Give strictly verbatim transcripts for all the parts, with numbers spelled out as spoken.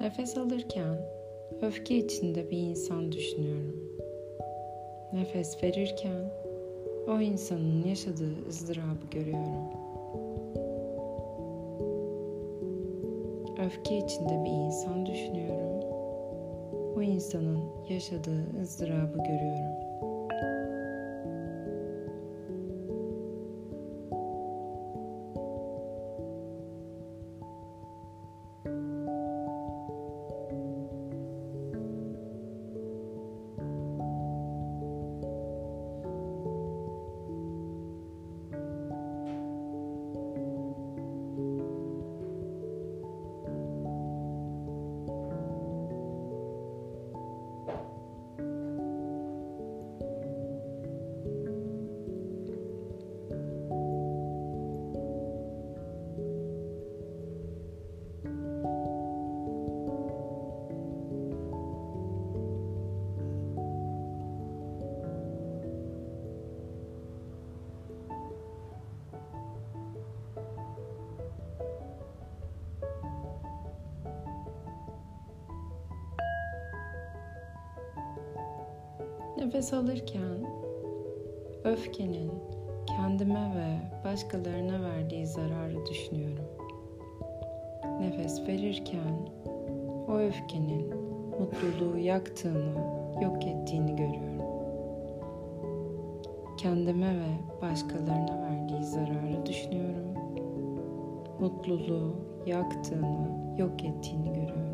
Nefes alırken öfke içinde bir insan düşünüyorum. Nefes verirken o insanın yaşadığı ızdırabı görüyorum. Öfke içinde bir insan düşünüyorum. O insanın yaşadığı ızdırabı görüyorum. Nefes alırken öfkenin kendime ve başkalarına verdiği zararı düşünüyorum. Nefes verirken o öfkenin mutluluğu yaktığını, yok ettiğini görüyorum. Kendime ve başkalarına verdiği zararı düşünüyorum. Mutluluğu yaktığını, yok ettiğini görüyorum.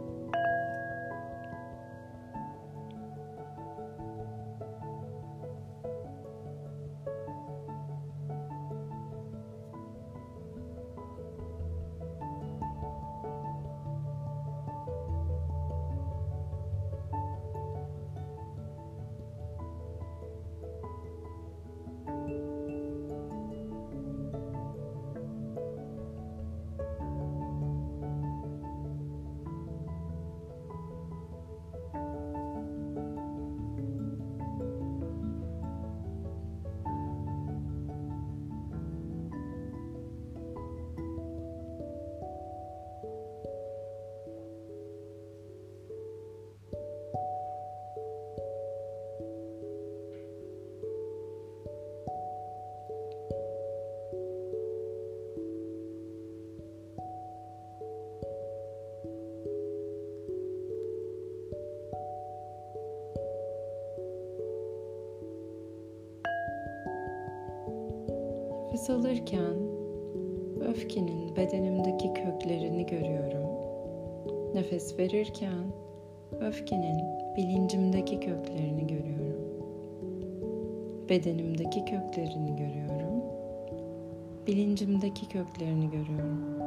Nefes alırken öfkenin bedenimdeki köklerini görüyorum. Nefes verirken öfkenin bilincimdeki köklerini görüyorum. Bedenimdeki köklerini görüyorum. Bilincimdeki köklerini görüyorum.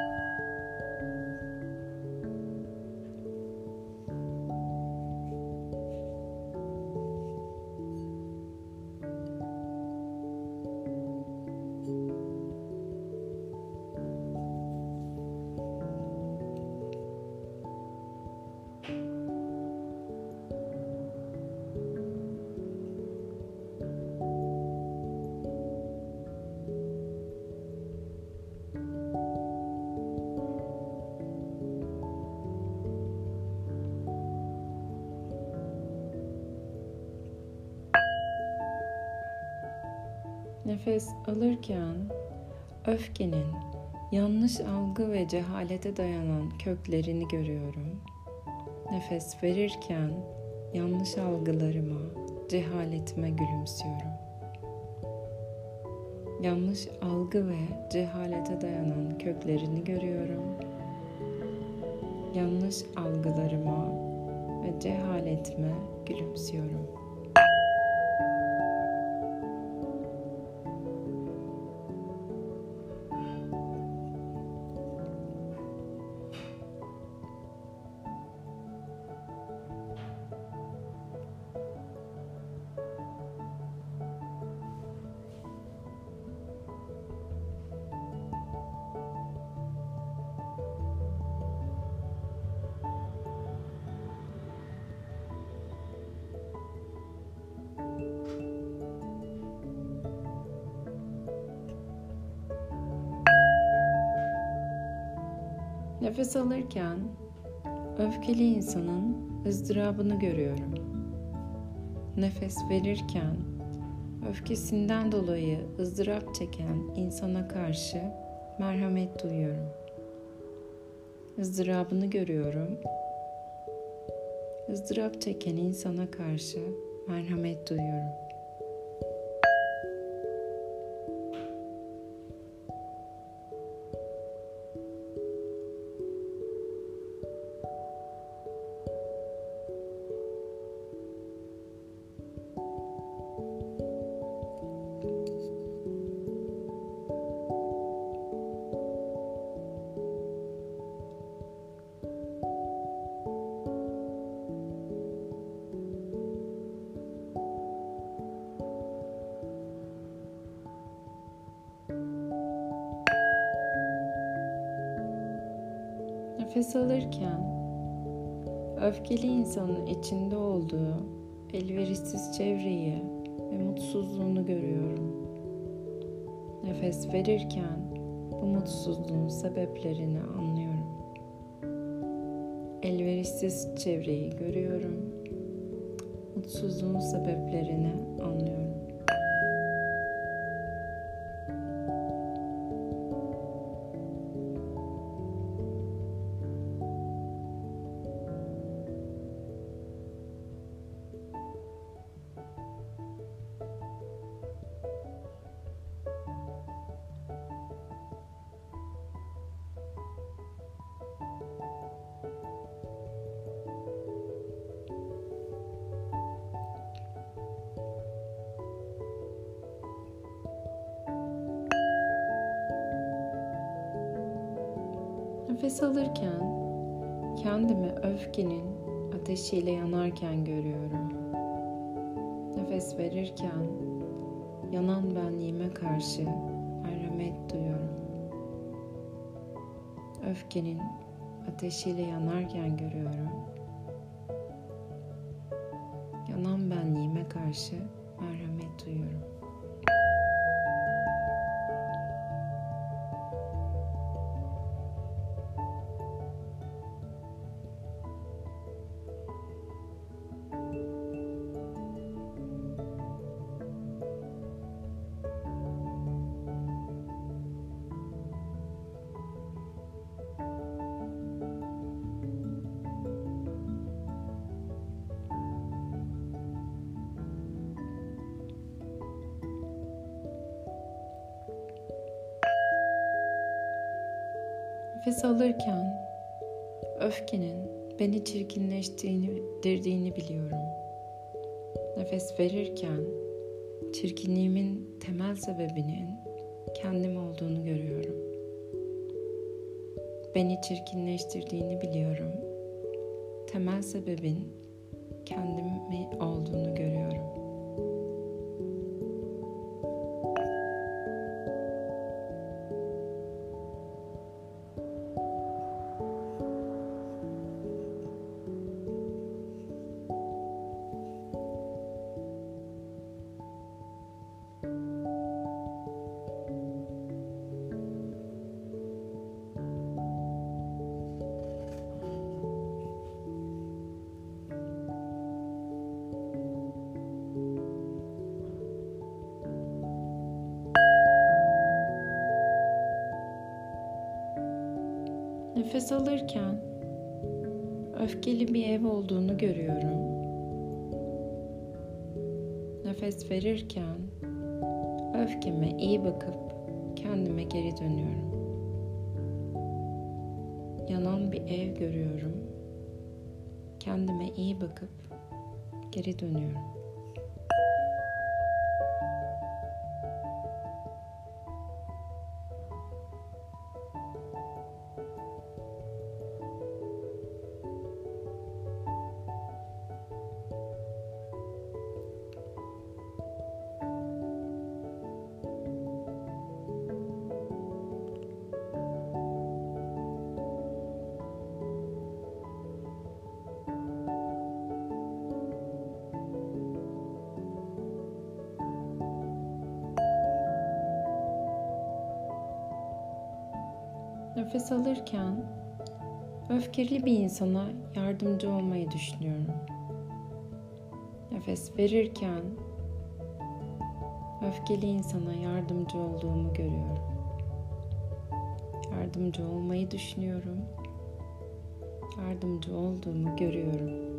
Nefes alırken öfkenin yanlış algı ve cehalete dayanan köklerini görüyorum. Nefes verirken yanlış algılarıma, cehaletime gülümsüyorum. Yanlış algı ve cehalete dayanan köklerini görüyorum. Yanlış algılarıma ve cehaletime gülümsüyorum. Nefes alırken Öfkeli insanın ızdırabını görüyorum. Nefes verirken öfkesinden dolayı ızdırap çeken insana karşı merhamet duyuyorum. Izdırabını görüyorum. ızdırap çeken insana karşı merhamet duyuyorum. Nefes alırken öfkeli insanın içinde olduğu elverişsiz çevreyi ve mutsuzluğunu görüyorum. Nefes verirken bu mutsuzluğun sebeplerini anlıyorum. Elverişsiz çevreyi görüyorum. Mutsuzluğun sebeplerini anlıyorum. Nefes alırken kendimi öfkenin ateşiyle yanarken görüyorum. Nefes verirken yanan benliğime karşı merhamet duyuyorum. Öfkenin ateşiyle yanarken görüyorum. Yanan benliğime karşı merhamet duyuyorum. Nefes alırken öfkenin beni çirkinleştirdiğini biliyorum. Nefes verirken çirkinliğimin temel sebebinin kendim olduğunu görüyorum. Beni çirkinleştirdiğini biliyorum. Temel sebebin kendim olduğunu görüyorum. Nefes alırken öfkeli bir ev olduğunu görüyorum. Nefes verirken öfkeme iyi bakıp kendime geri dönüyorum. Yanan bir ev görüyorum. Kendime iyi bakıp geri dönüyorum. Nefes alırken Öfkeli bir insana yardımcı olmayı düşünüyorum. Nefes verirken öfkeli insana yardımcı olduğumu görüyorum. Yardımcı olmayı düşünüyorum. Yardımcı olduğumu görüyorum.